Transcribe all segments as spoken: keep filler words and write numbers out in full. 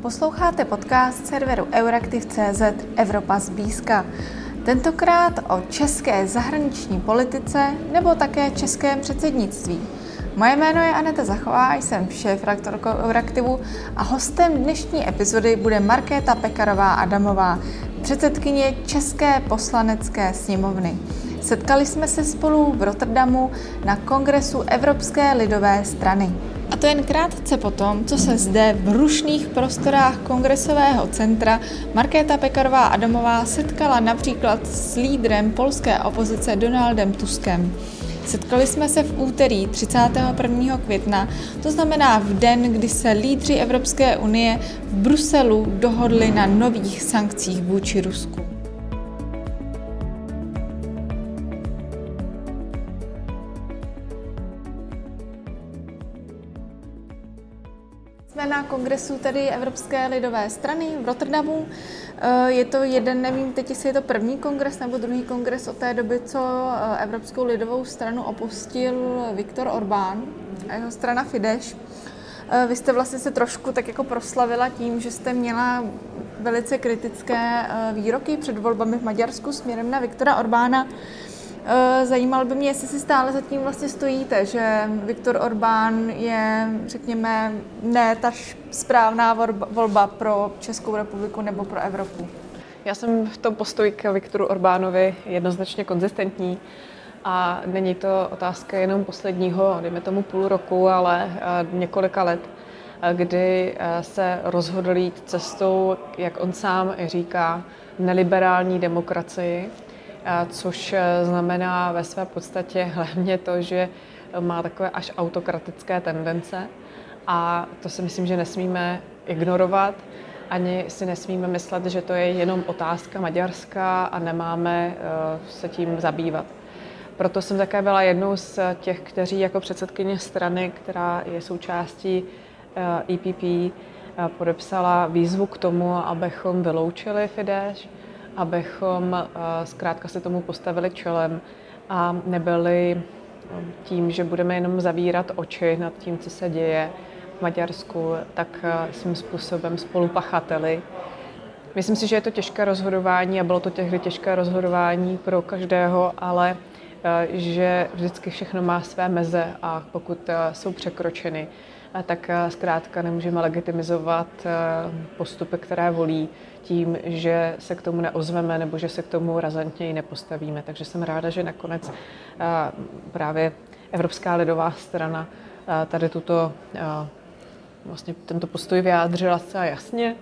Posloucháte podcast serveru Euraktiv tečka cé zet Evropa zblízka. Tentokrát o české zahraniční politice nebo také českém předsednictví. Moje jméno je Aneta Zachová, jsem šéfredaktorkou Euraktivu a hostem dnešní epizody bude Markéta Pekarová Adamová, předsedkyně České poslanecké sněmovny. Setkali jsme se spolu v Rotterdamu na kongresu Evropské lidové strany. A to jen krátce potom, co se zde v rušných prostorách kongresového centra Markéta Pekarová Adamová setkala například s lídrem polské opozice Donaldem Tuskem. Setkali jsme se v úterý třicátého prvního května, to znamená v den, kdy se lídři Evropské unie v Bruselu dohodli na nových sankcích vůči Rusku. Jsme na kongresu tedy Evropské lidové strany v Rotterdamu. Je to jeden, nevím teď, jestli je to první kongres nebo druhý kongres od té doby, co Evropskou lidovou stranu opustil Viktor Orbán a jeho strana Fidesz. Vy jste vlastně se trošku tak jako proslavila tím, že jste měla velice kritické výroky před volbami v Maďarsku směrem na Viktora Orbána. Zajímalo by mě, jestli si stále zatím vlastně stojíte, že Viktor Orbán je, řekněme, ne ta správná volba pro Českou republiku nebo pro Evropu. Já jsem v tom postoji k Viktoru Orbánovi jednoznačně konzistentní a není to otázka jenom posledního, dejme tomu půl roku, ale několika let, kdy se rozhodl jít cestou, jak on sám říká, neliberální demokracii, což znamená ve své podstatě hlavně to, že má takové až autokratické tendence a to si myslím, že nesmíme ignorovat, ani si nesmíme myslet, že to je jenom otázka Maďarska a nemáme se tím zabývat. Proto jsem také byla jednou z těch, kteří jako předsedkyně strany, která je součástí E P P, podepsala výzvu k tomu, abychom vyloučili Fidesz, abychom zkrátka se tomu postavili čelem a nebyli tím, že budeme jenom zavírat oči nad tím, co se děje v Maďarsku, tak svým způsobem spolupachateli. Myslím si, že je to těžké rozhodování a bylo to tehdy těžké rozhodování pro každého, ale že vždycky všechno má své meze a pokud jsou překročeny, tak zkrátka nemůžeme legitimizovat postupy, které volí, tím, že se k tomu neozveme nebo že se k tomu razantněji nepostavíme. Takže jsem ráda, že nakonec právě Evropská lidová strana tady tuto, vlastně tento postoj vyjádřila zcela jasně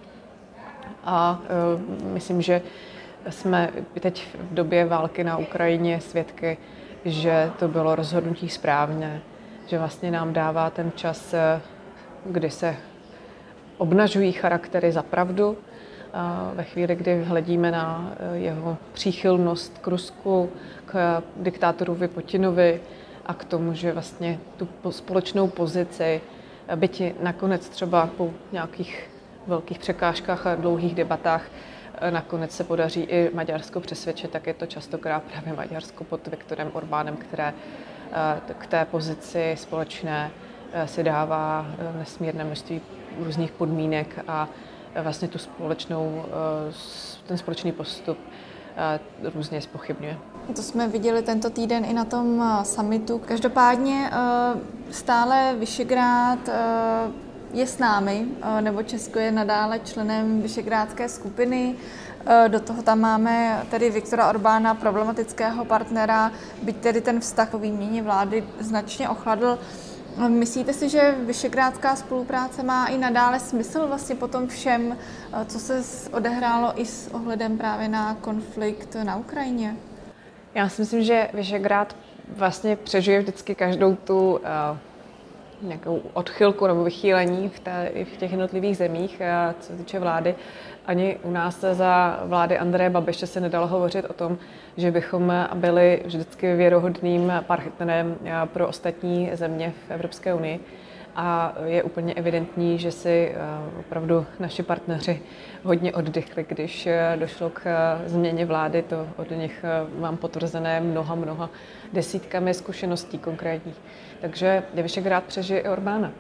a myslím, že jsme teď v době války na Ukrajině svědky, že to bylo rozhodnutí správné, že vlastně nám dává ten čas, kdy se obnažují charaktery za pravdu, ve chvíli, kdy hledíme na jeho příchylnost k Rusku, k diktátorovi Putinovi a k tomu, že vlastně tu společnou pozici, byť nakonec třeba po nějakých velkých překážkách a dlouhých debatách, nakonec se podaří i Maďarsko přesvědčit, tak je to častokrát právě Maďarsko pod Viktorem Orbánem, které k té pozici společné si dává nesmírné množství různých podmínek a vlastně tu společnou, ten společný postup různě zpochybňuje. To jsme viděli tento týden i na tom summitu. Každopádně stále Visegrád je s námi, nebo Česko je nadále členem Visegrádské skupiny. Do toho tam máme tedy Viktora Orbána, problematického partnera, byť tedy ten vztah po výměně vlády značně ochladl. Myslíte si, že visegrádská spolupráce má i nadále smysl vlastně po tom všem, co se odehrálo i s ohledem právě na konflikt na Ukrajině? Já si myslím, že Visegrád vlastně přežije vždycky každou tu uh, nějakou odchylku nebo vychýlení v, té, v těch jednotlivých zemích, uh, co se týče vlády. Ani u nás za vlády Andreje Babiše se nedalo hovořit o tom, že bychom byli vždycky věrohodným partnerem pro ostatní země v Evropské unii. A je úplně evidentní, že si opravdu naši partneři hodně oddychli, když došlo k změně vlády. To od nich mám potvrzené mnoha, mnoha desítkami zkušeností konkrétních. Takže Visegrád přežije i Orbána.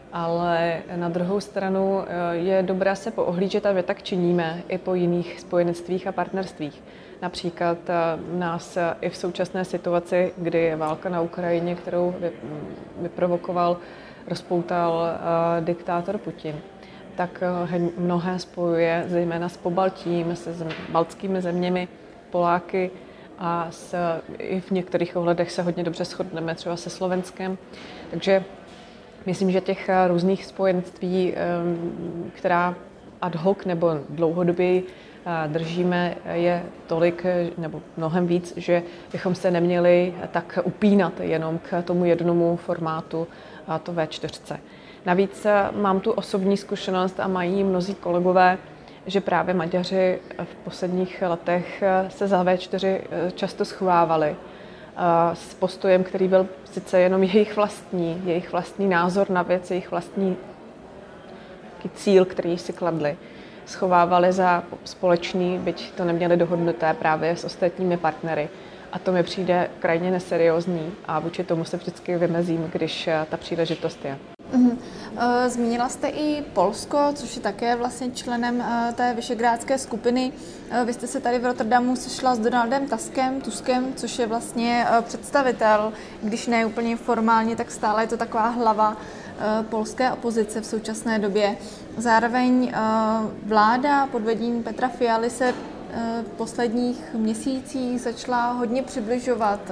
Ale na druhou stranu je dobré se poohlížet, a my tak činíme i po jiných spojenectvích a partnerstvích. Například nás i v současné situaci, kdy je válka na Ukrajině, kterou vyprovokoval, rozpoutal diktátor Putin, tak mnohé spojuje zejména s Pobaltím, se baltskými zeměmi, Poláky a s, i v některých ohledech se hodně dobře shodneme třeba se Slovenskem. Takže myslím, že těch různých spojenství, která ad hoc nebo dlouhodobě držíme, je tolik nebo mnohem víc, že bychom se neměli tak upínat jenom k tomu jednomu formátu, a to vé čtyři. Navíc mám tu osobní zkušenost a mají mnozí kolegové, že právě Maďaři v posledních letech se za vé čtyři často schovávali s postojem, který byl sice jenom jejich vlastní, jejich vlastní názor na věc, jejich vlastní cíl, který si kladli. Schovávali za společný, byť to neměli dohodnuté právě s ostatními partnery. A to mi přijde krajně neseriózní a vůči tomu se vždycky vymezím, když ta příležitost je. Mm-hmm. Zmínila jste i Polsko, což je také vlastně členem té visegrádské skupiny. Vy jste se tady v Rotterdamu sešla s Donaldem Tuskem, Tuskem, což je vlastně představitel, když ne úplně formálně, tak stále je to taková hlava polské opozice v současné době. Zároveň vláda pod vedením Petra Fialy se v posledních měsících začala hodně přibližovat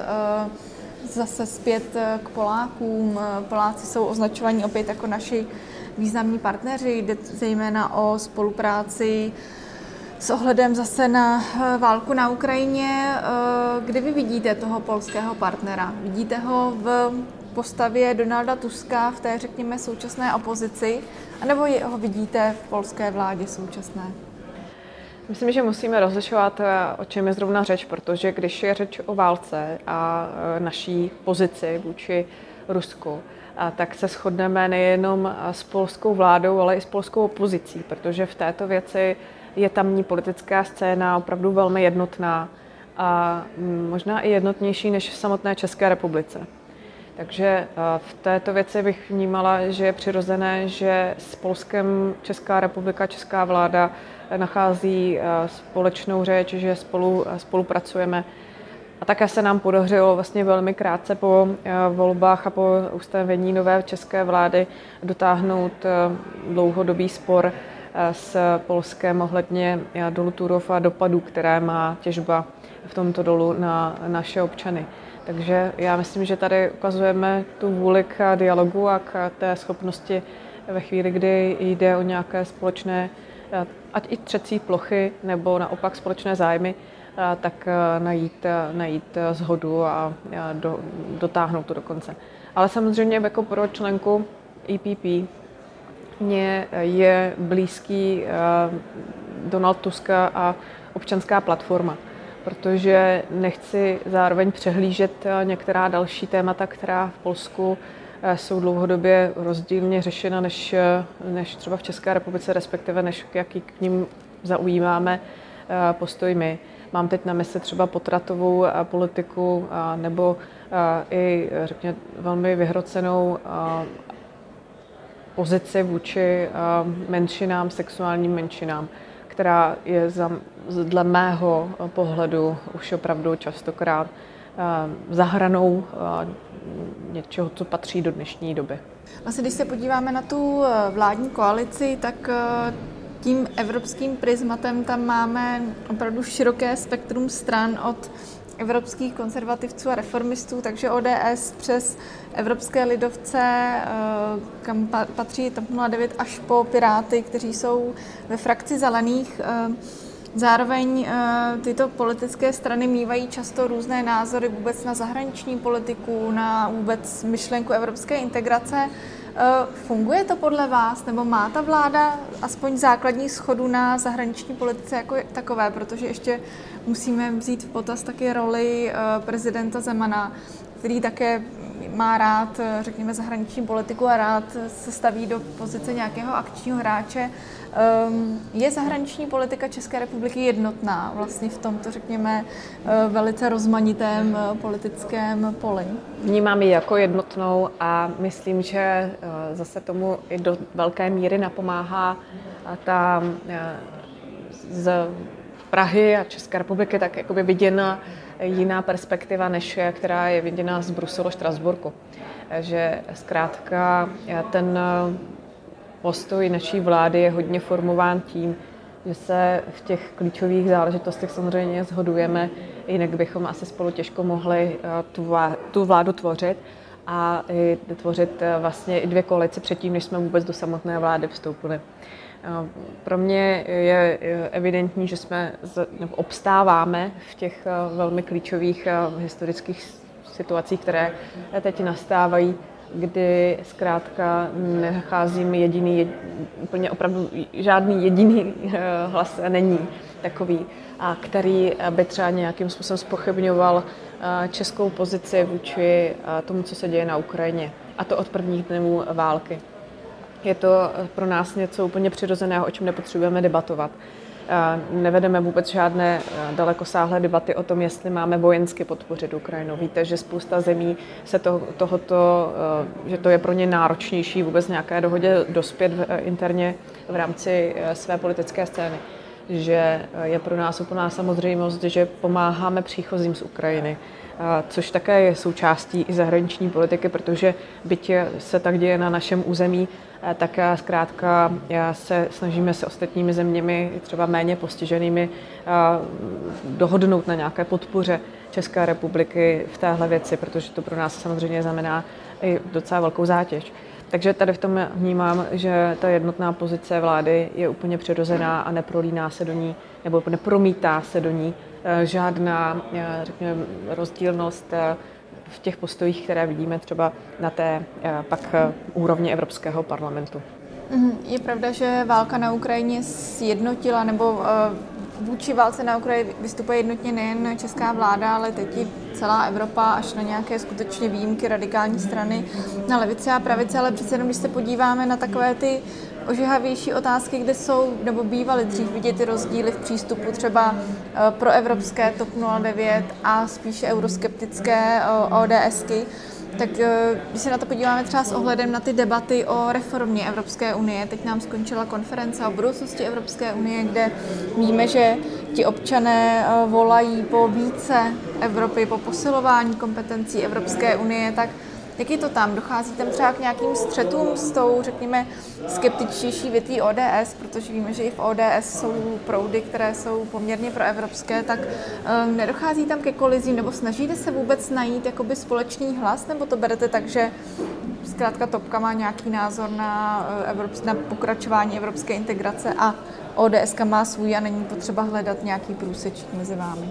zase zpět k Polákům. Poláci jsou označovaní opět jako naši významní partneři, jde zejména o spolupráci s ohledem zase na válku na Ukrajině. Kdy vy vidíte toho polského partnera? Vidíte ho v postavě Donalda Tuska v té, řekněme, současné opozici, anebo ho vidíte v polské vládě současné? Myslím, že musíme rozlišovat, o čem je zrovna řeč, protože když je řeč o válce a naší pozici vůči Rusku, tak se shodneme nejenom s polskou vládou, ale i s polskou opozicí, protože v této věci je tamní politická scéna opravdu velmi jednotná a možná i jednotnější než v samotné České republice. Takže v této věci bych vnímala, že je přirozené, že s Polskem Česká republika, česká vláda nachází společnou řeč, že spolu, spolupracujeme. A také se nám podařilo vlastně velmi krátce po volbách a po ustavení nové české vlády dotáhnout dlouhodobý spor s Polskem ohledně dolu Turów a dopadů, které má těžba v tomto dolu na naše občany. Takže já myslím, že tady ukazujeme tu vůli k dialogu a k té schopnosti ve chvíli, kdy jde o nějaké společné, ať i třecí plochy, nebo naopak společné zájmy, tak najít, najít shodu a do, dotáhnout to do konce. Ale samozřejmě jako pro členku E P P mně je blízký Donald Tusk a občanská platforma, protože nechci zároveň přehlížet některá další témata, která v Polsku jsou dlouhodobě rozdílně řešena než, než třeba v České republice, respektive než jaký k ním zaujímáme postoj my. Mám teď na mysli třeba potratovou politiku nebo i, řekněme, velmi vyhrocenou pozici vůči menšinám, sexuálním menšinám, která je za, dle mého pohledu už opravdu častokrát za hranou něčeho, co patří do dnešní doby. Vlastně, když se podíváme na tu vládní koalici, tak tím evropským prismatem tam máme opravdu široké spektrum stran od evropských konzervativců a reformistů, takže O D S přes evropské lidovce, kam patří TOP nula devět, až po Piráty, kteří jsou ve frakci zelených. Zároveň tyto politické strany mívají často různé názory vůbec na zahraniční politiku, na vůbec myšlenku evropské integrace. Funguje to podle vás, nebo má ta vláda aspoň základní shodu na zahraniční politice jako takové, protože ještě musíme vzít v potaz taky roli prezidenta Zemana, který také má rád, řekněme, zahraniční politiku a rád se staví do pozice nějakého akčního hráče. Je zahraniční politika České republiky jednotná vlastně v tomto, řekněme, velice rozmanitém politickém poli? Vnímám ji jako jednotnou a myslím, že zase tomu i do velké míry napomáhá ta z Prahy a České republiky tak jakoby viděna jiná perspektiva, než která je viděna z Bruselu, Štrasburku. Že zkrátka ten postoj naší vlády je hodně formován tím, že se v těch klíčových záležitostech samozřejmě shodujeme, jinak bychom asi spolu těžko mohli tu vládu tvořit a tvořit vlastně i dvě koalice předtím, než jsme vůbec do samotné vlády vstoupili. Pro mě je evidentní, že jsme nebo obstáváme v těch velmi klíčových historických situacích, které teď nastávají, kdy zkrátka nenacházím jediný, úplně opravdu žádný jediný hlas není takový, a který by třeba nějakým způsobem zpochybňoval českou pozici vůči tomu, co se děje na Ukrajině. A to od prvních dnů války. Je to pro nás něco úplně přirozeného, o čem nepotřebujeme debatovat. Nevedeme vůbec žádné dalekosáhlé debaty o tom, jestli máme vojensky podpořit Ukrajinu. Víte, že spousta zemí se to, tohoto, že to je pro ně náročnější vůbec nějaké dohodě dospět interně v rámci své politické scény. Že je pro nás úplná samozřejmost, že pomáháme příchozím z Ukrajiny, což také je součástí i zahraniční politiky, protože byť se tak děje na našem území, tak zkrátka se snažíme se ostatními zeměmi, třeba méně postiženými, dohodnout na nějaké podpoře České republiky v téhle věci, protože to pro nás samozřejmě znamená i docela velkou zátěž. Takže tady v tom vnímám, že ta jednotná pozice vlády je úplně přirozená a neprolíná se do ní, nebo nepromítá se do ní žádná, řekněme, rozdílnost v těch postojích, které vidíme třeba na té pak úrovni Evropského parlamentu. Je pravda, že válka na Ukrajině sjednotila, nebo vůči válce na Ukrajině vystupuje jednotně nejen česká vláda, ale teď i celá Evropa, až na nějaké skutečně výjimky radikální strany na levici a pravici, ale přece jenom, když se podíváme na takové ty ožehavější otázky, kde jsou, nebo bývaly dřív vidět ty rozdíly v přístupu třeba pro evropské TOP nula devět a spíše euroskeptické ODSky, tak když se na to podíváme třeba s ohledem na ty debaty o reformě Evropské unie, teď nám skončila konference o budoucnosti Evropské unie, kde víme, že ti občané volají po více Evropy, po posilování kompetencí Evropské unie, tak jak je to tam? Dochází tam třeba k nějakým střetům s tou, řekněme, skeptičtější větví O D S, protože víme, že i v O D S jsou proudy, které jsou poměrně proevropské, tak um, nedochází tam ke kolizím, nebo snažíte se vůbec najít jakoby společný hlas, nebo to berete tak, že zkrátka Topka má nějaký názor na, Evrop, na pokračování evropské integrace a O D S má svůj a není potřeba hledat nějaký průsečík mezi vámi?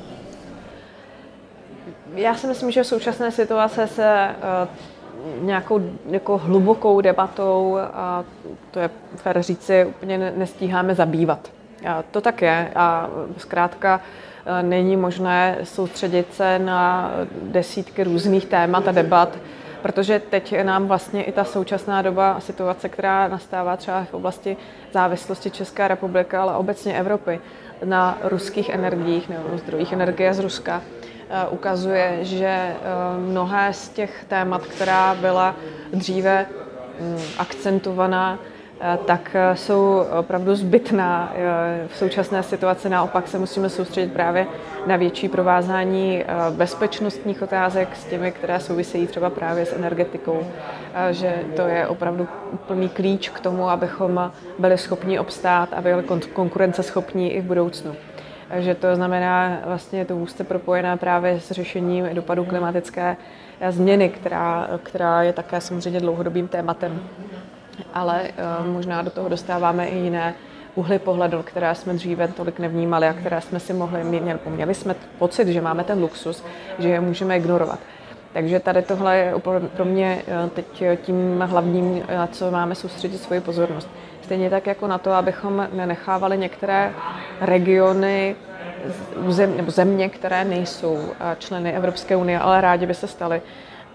Já si myslím, že v současné situace se uh, nějakou jako hlubokou debatou, a to je fér říci, úplně nestíháme zabývat. A to tak je a zkrátka není možné soustředit se na desítky různých témat a debat, protože teď nám vlastně i ta současná doba a situace, která nastává třeba v oblasti závislosti České republiky, ale obecně Evropy na ruských energiích nebo zdrojích energie z Ruska, ukazuje, že mnohé z těch témat, která byla dříve akcentovaná, tak jsou opravdu zbytná. V současné situaci naopak se musíme soustředit právě na větší provázání bezpečnostních otázek s těmi, které souvisejí třeba právě s energetikou, že to je opravdu úplný klíč k tomu, abychom byli schopni obstát a byli konkurenceschopní i v budoucnu. Že to znamená, vlastně je to úzce propojené právě s řešením dopadů klimatické změny, která, která je také samozřejmě dlouhodobým tématem. Ale uh, možná do toho dostáváme i jiné úhly pohledu, které jsme dříve tolik nevnímali a které jsme si mohli měli. Měli jsme pocit, že máme ten luxus, že je můžeme ignorovat. Takže tady tohle je pro mě teď tím hlavním, na co máme soustředit svoji pozornost. Stejně tak jako na to, abychom nenechávali některé regiony nebo země, které nejsou členy Evropské unie, ale rádi by se staly,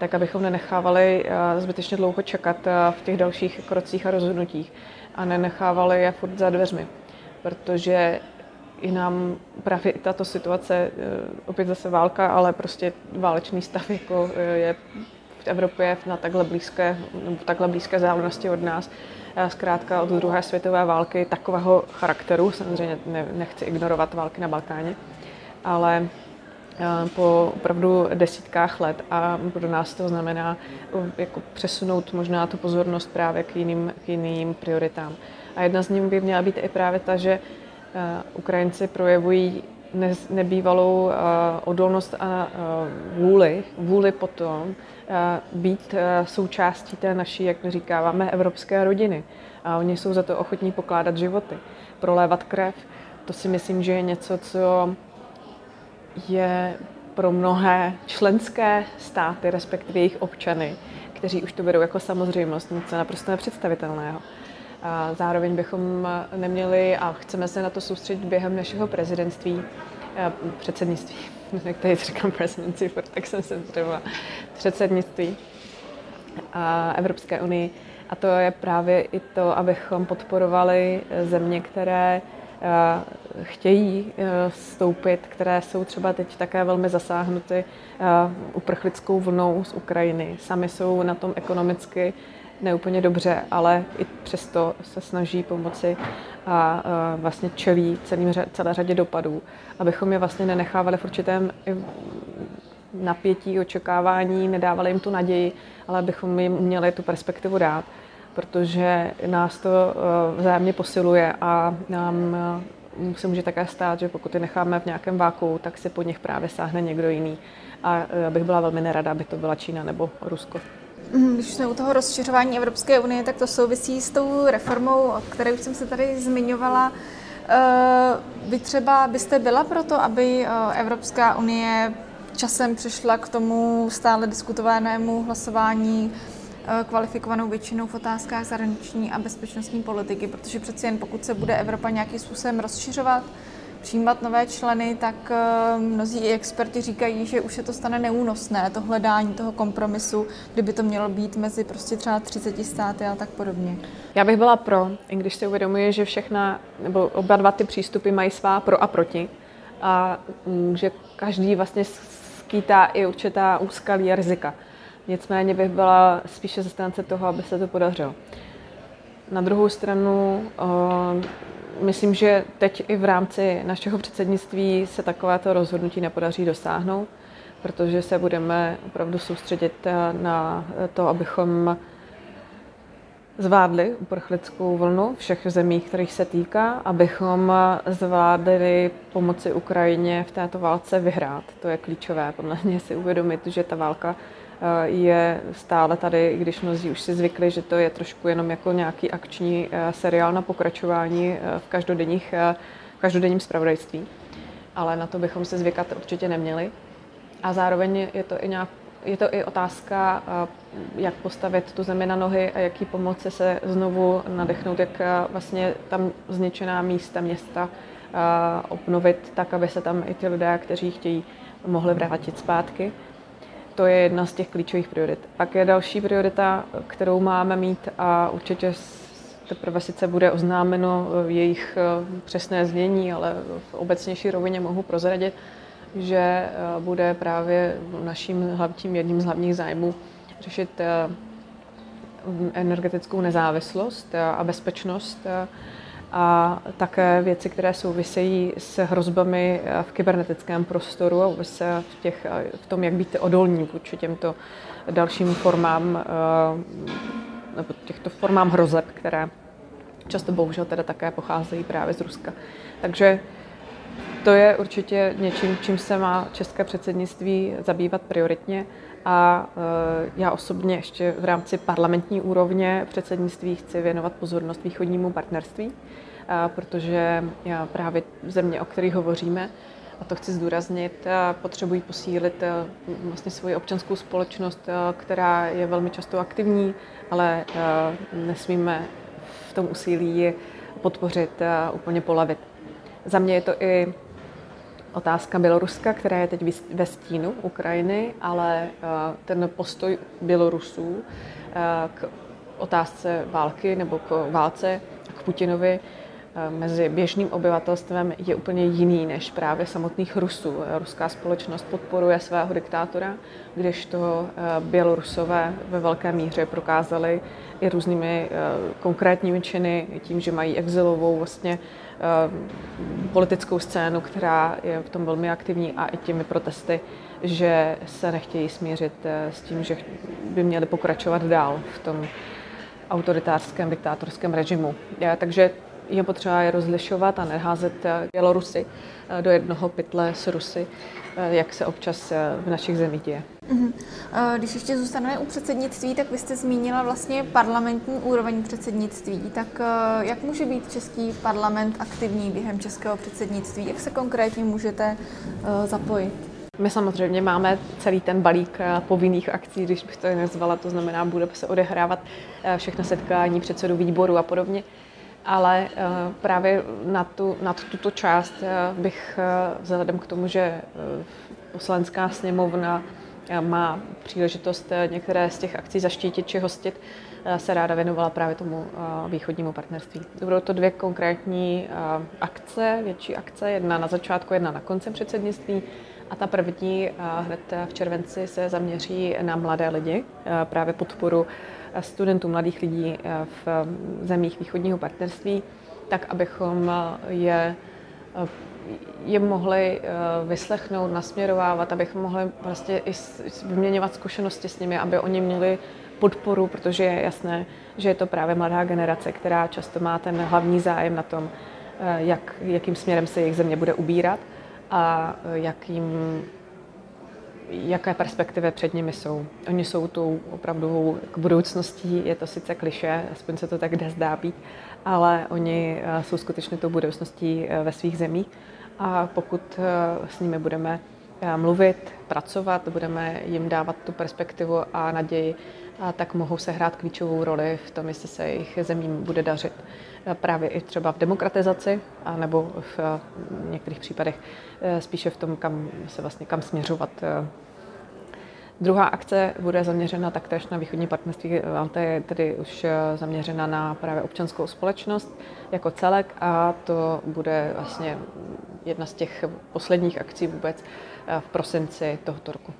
tak abychom nenechávali zbytečně dlouho čekat v těch dalších krocích a rozhodnutích a nenechávali je furt za dveřmi, protože i nám právě tato situace, opět zase válka, ale prostě válečný stav jako je v Evropě na takhle blízké, nebo takhle blízké vzdálenosti od nás, zkrátka od druhé světové války takového charakteru, samozřejmě nechci ignorovat války na Balkáně, ale po opravdu desítkách let a pro nás to znamená jako přesunout možná tu pozornost právě k jiným, k jiným prioritám. A jedna z nich by měla být i právě ta, že Ukrajinci projevují nebývalou odolnost a vůli, vůli potom být součástí té naší, jak my říkáváme, evropské rodiny. A oni jsou za to ochotní pokládat životy, prolévat krev. To si myslím, že je něco, co je pro mnohé členské státy, respektive jejich občany, kteří už to berou jako samozřejmost, něco naprosto nepředstavitelného. A zároveň bychom neměli a chceme se na to soustředit během našeho prezidentství, předsednictví, tady říkám presidency, tak jsem se třeba předsednictví a Evropské unii. A to je právě i to, abychom podporovali země, které chtějí vstoupit, které jsou třeba teď také velmi zasáhnuty uprchlickou vlnou z Ukrajiny. Sami jsou na tom ekonomicky neúplně dobře, ale i přesto se snaží pomoci a vlastně čelí celým, celé řadě dopadů, abychom je vlastně nenechávali v určitém napětí, očekávání, nedávali jim tu naději, ale abychom jim měli tu perspektivu dát, protože nás to vzájemně posiluje a nám se může také stát, že pokud je necháme v nějakém váku, tak si po nich právě sáhne někdo jiný. A bych byla velmi nerada, aby to byla Čína nebo Rusko. Když jsme u toho rozšiřování Evropské unie, tak to souvisí s tou reformou, o které už jsem se tady zmiňovala. Vy třeba byste byla proto, aby Evropská unie časem přešla k tomu stále diskutovanému hlasování kvalifikovanou většinou v otázkách zahraniční a bezpečnostní politiky, protože přeci jen pokud se bude Evropa nějakým způsobem rozšiřovat, přijímat nové členy, tak mnozí experti říkají, že už se to stane neúnosné, to hledání toho kompromisu, kdyby to mělo být mezi prostě třeba třiceti státy a tak podobně. Já bych byla pro, i když si uvědomuji, že všechna, nebo oba dva ty přístupy mají svá pro a proti a že každý vlastně skýtá i určitá úskalí a rizika. Nicméně bych byla spíše zastánce toho, aby se to podařilo. Na druhou stranu myslím, že teď i v rámci našeho předsednictví se takovéto rozhodnutí nepodaří dosáhnout, protože se budeme opravdu soustředit na to, abychom zvládli uprchlickou vlnu všech zemí, kterých se týká, abychom zvládli pomoci Ukrajině v této válce vyhrát. To je klíčové, podle mě si uvědomit, že ta válka je stále tady, i když mnozí už si zvykli, že to je trošku jenom jako nějaký akční seriál na pokračování v každodenních, v každodenním zpravodajství. Ale na to bychom si zvykat určitě neměli. A zároveň je to i, nějak, je to i otázka, jak postavit tu zemi na nohy a jaký pomoci se znovu nadechnout, jak vlastně tam zničená místa, města obnovit tak, aby se tam i ti lidé, kteří chtějí, mohli vrátit zpátky. To je jedna z těch klíčových priorit. Pak je další priorita, kterou máme mít a určitě teprve sice bude oznámeno jejich přesné znění, ale v obecnější rovině mohu prozradit, že bude právě naším hlavním, jedním z hlavních zájmů řešit energetickou nezávislost a bezpečnost a také věci, které souvisejí s hrozbami v kybernetickém prostoru a vůbec v, těch, v tom, jak být odolní vůči těmto dalším formám, nebo těchto formám hrozeb, které často bohužel teda také pocházejí právě z Ruska. Takže to je určitě něčím, čím se má české předsednictví zabývat prioritně a já osobně ještě v rámci parlamentní úrovně předsednictví chci věnovat pozornost východnímu partnerství, protože právě země, o kterých hovoříme, a to chci zdůraznit, potřebují posílit vlastně svoji občanskou společnost, která je velmi často aktivní, ale nesmíme v tom úsilí podpořit a úplně polevit. Za mě je to i otázka Běloruska, která je teď ve stínu Ukrajiny, ale ten postoj Bělorusů k otázce války nebo k válce, k Putinovi mezi běžným obyvatelstvem je úplně jiný než právě samotných Rusů. Ruská společnost podporuje svého diktátora, když to Bělorusové ve velké míře prokázali i různými konkrétními činy, tím, že mají exilovou vlastně politickou scénu, která je v tom velmi aktivní, a i těmi protesty, že se nechtějí smířit s tím, že by měli pokračovat dál v tom autoritářském, diktátorském režimu. Takže je potřeba je rozlišovat a neházet Bělorusy do jednoho pytle s Rusy, jak se občas v našich zemích děje. Když ještě zůstaneme u předsednictví, tak vy jste zmínila vlastně parlamentní úroveň předsednictví. Tak jak může být český parlament aktivní během českého předsednictví? Jak se konkrétně můžete zapojit? My samozřejmě máme celý ten balík povinných akcí, když bych to je nazvala, to znamená, bude se odehrávat všechna setkání předsedů výboru a podobně. Ale právě na, tu, na tuto část bych vzhledem k tomu, že Poslanecká sněmovna má příležitost některé z těch akcí zaštítit či hostit, se ráda věnovala právě tomu východnímu partnerství. Budou to dvě konkrétní akce, větší akce, jedna na začátku, jedna na konci předsednictví. A ta první hned v červenci se zaměří na mladé lidi, právě podporu studentů, mladých lidí v zemích východního partnerství, tak abychom je, je mohli vyslechnout, nasměrovávat, abychom mohli vlastně i vyměňovat zkušenosti s nimi, aby oni měli podporu, protože je jasné, že je to právě mladá generace, která často má ten hlavní zájem na tom, jak, jakým směrem se jejich země bude ubírat a jakým, jaké perspektivy před nimi jsou. Oni jsou tou opravdovou budoucností, je to sice klišé, aspoň se to tak dnes zdá být, ale oni jsou skutečně tou budoucností ve svých zemích a pokud s nimi budeme mluvit, pracovat, budeme jim dávat tu perspektivu a naději, a tak mohou sehrát klíčovou roli v tom, jestli se jejich zemím bude dařit právě i třeba v demokratizaci, a nebo v některých případech spíše v tom, kam se vlastně kam směřovat. Druhá akce bude zaměřena taktéž na východní partnerství, ale to je tedy už zaměřena na právě občanskou společnost jako celek a to bude vlastně jedna z těch posledních akcí vůbec v prosinci tohoto roku.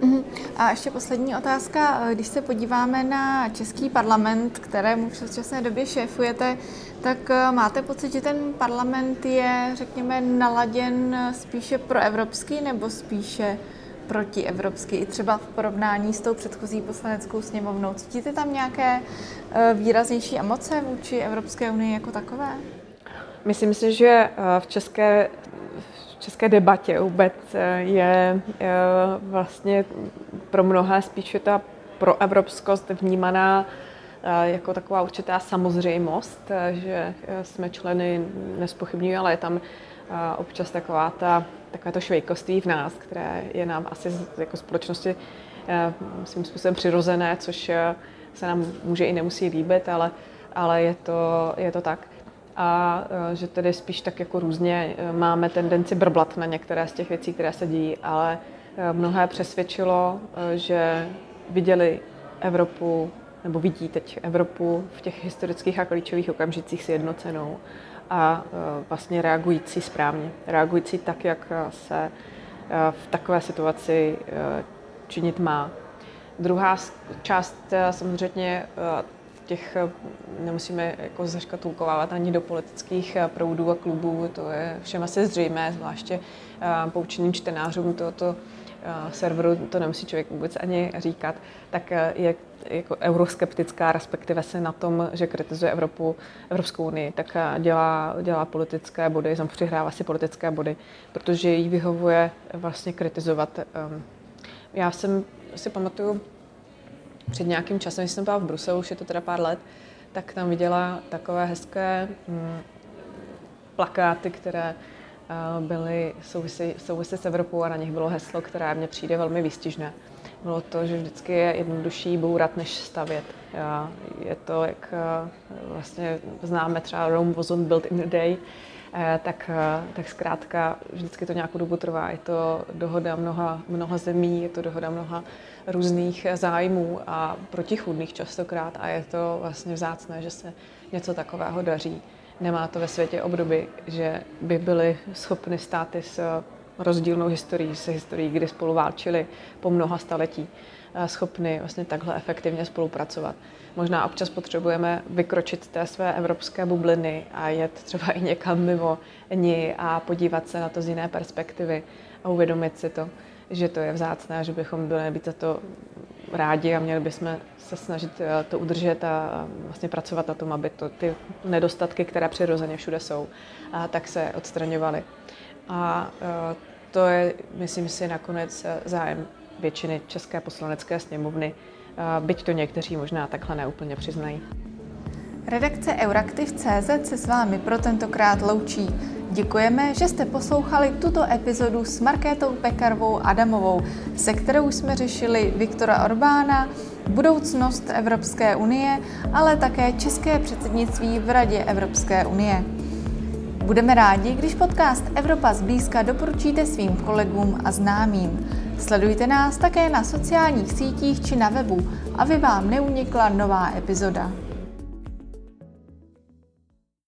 A ještě poslední otázka. Když se podíváme na český parlament, kterému v současné době šéfujete, tak máte pocit, že ten parlament je, řekněme, naladěn spíše proevropský nebo spíše protievropský, i třeba v porovnání s tou předchozí poslaneckou sněmovnou? Cítíte tam nějaké výraznější emoce vůči Evropské unii jako takové? Myslím si, že v české V české debatě vůbec je vlastně pro mnohé spíše ta proevropskost vnímaná jako taková určitá samozřejmost, že jsme členy nezpochybňují, ale je tam občas taková ta, takové to švejkoství v nás, které je nám asi jako společnosti svým způsobem přirozené, což se nám může i nemusí líbit, ale, ale je to, je to tak. A že tedy spíš tak jako různě máme tendenci brblat na některé z těch věcí, které se dějí, ale mnohé přesvědčilo, že viděli Evropu, nebo vidí teď Evropu v těch historických a klíčových okamžicích sjednocenou a vlastně reagující správně, reagující tak, jak se v takové situaci činit má. Druhá část samozřejmě těch nemusíme jako zaškatulkovávat ani do politických proudů a klubů, to je všem asi zřejmé, zvláště poučeným čtenářům tohoto serveru, to nemusí člověk vůbec ani říkat, tak je jako euroskeptická, respektive se na tom, že kritizuje Evropu, Evropskou unii, tak dělá, dělá politické body, přihrává si politické body, protože jí vyhovuje vlastně kritizovat. Já jsem si pamatuju, před nějakým časem, když jsem byla v Bruselu, už je to teda pár let, tak tam viděla takové hezké hm, plakáty, které uh, byly souvisí, souvisí s Evropou a na nich bylo heslo, které mně přijde velmi výstižné. bylo to, že vždycky je jednodušší bourat, než stavět. Je to, jak vlastně známe třeba Rome wasn't built in a day, tak, tak zkrátka vždycky to nějakou dobu trvá. Je to dohoda mnoha, mnoha zemí, je to dohoda mnoha různých zájmů a protichůdných častokrát a je to vlastně vzácné, že se něco takového daří. Nemá to ve světě obdoby, že by byly schopny státy s rozdílnou historií, se historií, kdy spolu válčili po mnoha staletí, schopny vlastně takhle efektivně spolupracovat. Možná občas potřebujeme vykročit z té své evropské bubliny a jet třeba i někam mimo ní a podívat se na to z jiné perspektivy a uvědomit si to, že to je vzácné, že bychom měli být za to rádi a měli bychom se snažit to udržet a vlastně pracovat na tom, aby to, ty nedostatky, které přirozeně všude jsou, a tak se odstraňovaly. A to je, myslím si, nakonec zájem většiny České poslanecké sněmovny, byť to někteří možná takhle neúplně přiznají. Redakce Euraktiv tečka cé zet se s vámi pro tentokrát loučí. Děkujeme, že jste poslouchali tuto epizodu s Markétou Pekarovou Adamovou, se kterou jsme řešili Viktora Orbána, budoucnost Evropské unie, ale také české předsednictví v Radě Evropské unie. Budeme rádi, když podcast Evropa zblízka doporučíte svým kolegům a známým. Sledujte nás také na sociálních sítích či na webu, aby vám neunikla nová epizoda.